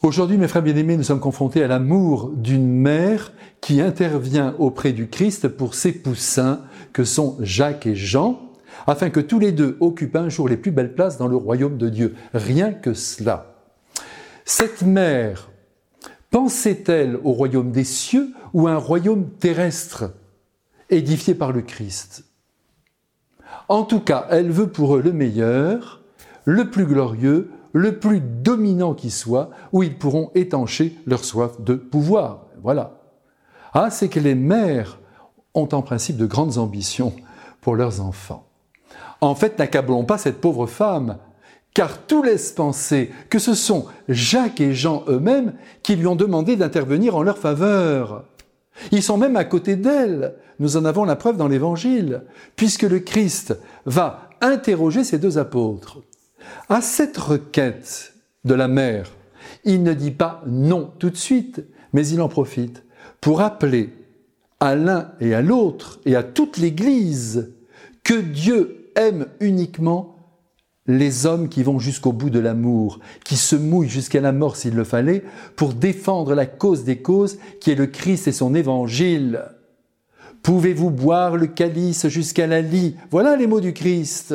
Aujourd'hui, mes frères bien-aimés, nous sommes confrontés à l'amour d'une mère qui intervient auprès du Christ pour ses poussins, que sont Jacques et Jean, afin que tous les deux occupent un jour les plus belles places dans le royaume de Dieu. Rien que cela. Cette mère, pensait-elle au royaume des cieux ou à un royaume terrestre, édifié par le Christ? En tout cas, elle veut pour eux le meilleur, le plus glorieux, le plus dominant qui soit, où ils pourront étancher leur soif de pouvoir. Voilà. Ah, c'est que les mères ont en principe de grandes ambitions pour leurs enfants. En fait, n'accablons pas cette pauvre femme, car tout laisse penser que ce sont Jacques et Jean eux-mêmes qui lui ont demandé d'intervenir en leur faveur. Ils sont même à côté d'elle. Nous en avons la preuve dans l'Évangile, puisque le Christ va interroger ces deux apôtres. À cette requête de la mère, il ne dit pas non tout de suite, mais il en profite pour appeler à l'un et à l'autre et à toute l'Église que Dieu aime uniquement les hommes qui vont jusqu'au bout de l'amour, qui se mouillent jusqu'à la mort s'il le fallait, pour défendre la cause des causes qui est le Christ et son Évangile. Pouvez-vous boire le calice jusqu'à la lie? Voilà les mots du Christ.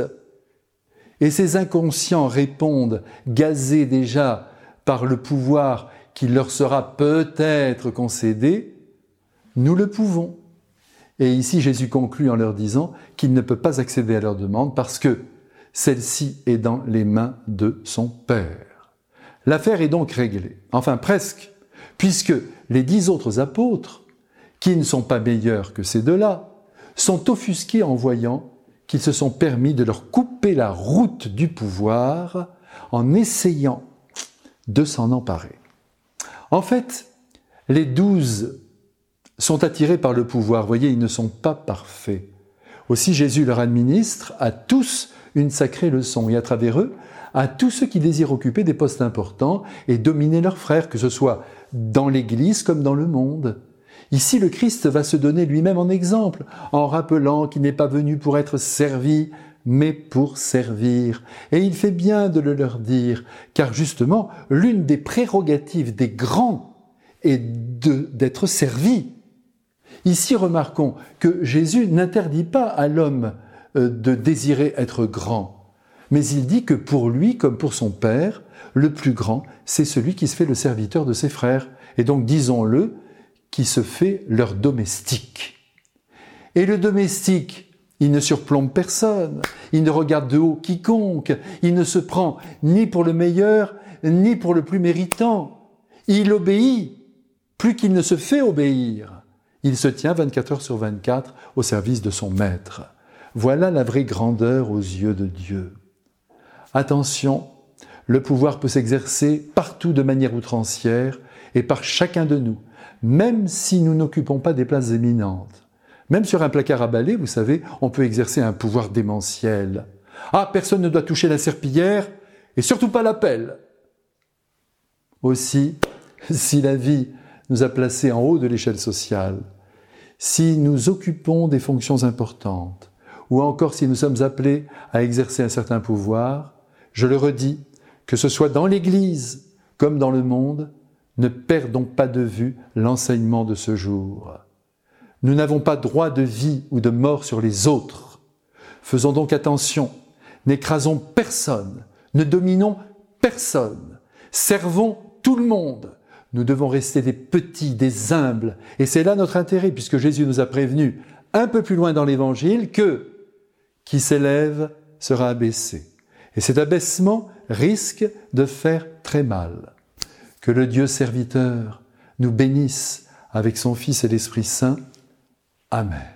Et ces inconscients répondent, gazés déjà par le pouvoir qui leur sera peut-être concédé, nous le pouvons. Et ici, Jésus conclut en leur disant qu'il ne peut pas accéder à leur demande parce que celle-ci est dans les mains de son Père. L'affaire est donc réglée, enfin presque, puisque les 10 autres apôtres, qui ne sont pas meilleurs que ces deux-là, sont offusqués en voyant qu'ils se sont permis de leur couper la route du pouvoir en essayant de s'en emparer. En fait, les 12 sont attirés par le pouvoir. Vous voyez, ils ne sont pas parfaits. Aussi, Jésus leur administre à tous une sacrée leçon, et à travers eux, à tous ceux qui désirent occuper des postes importants et dominer leurs frères, que ce soit dans l'Église comme dans le monde. Ici, le Christ va se donner lui-même en exemple, en rappelant qu'il n'est pas venu pour être servi, mais pour servir. Et il fait bien de le leur dire, car justement, l'une des prérogatives des grands est d'être servi. Ici, remarquons que Jésus n'interdit pas à l'homme de désirer être grand, mais il dit que pour lui, comme pour son Père, le plus grand, c'est celui qui se fait le serviteur de ses frères. Et donc, disons-le, qui se fait leur domestique. Et le domestique, il ne surplombe personne, il ne regarde de haut quiconque, il ne se prend ni pour le meilleur, ni pour le plus méritant. Il obéit, plus qu'il ne se fait obéir. Il se tient 24 heures sur 24 au service de son maître. Voilà la vraie grandeur aux yeux de Dieu. Attention, le pouvoir peut s'exercer partout de manière outrancière et par chacun de nous, même si nous n'occupons pas des places éminentes. Même sur un placard à balai, vous savez, on peut exercer un pouvoir démentiel. Ah, personne ne doit toucher la serpillière et surtout pas la pelle. Aussi, si la vie nous a placés en haut de l'échelle sociale, si nous occupons des fonctions importantes, ou encore si nous sommes appelés à exercer un certain pouvoir, je le redis, que ce soit dans l'Église comme dans le monde, ne perdons pas de vue l'enseignement de ce jour. Nous n'avons pas droit de vie ou de mort sur les autres. Faisons donc attention, n'écrasons personne, ne dominons personne, servons tout le monde. Nous devons rester des petits, des humbles, et c'est là notre intérêt, puisque Jésus nous a prévenu un peu plus loin dans l'Évangile que qui s'élève sera abaissé. Et cet abaissement risque de faire très mal. Que le Dieu serviteur nous bénisse avec son Fils et l'Esprit Saint. Amen.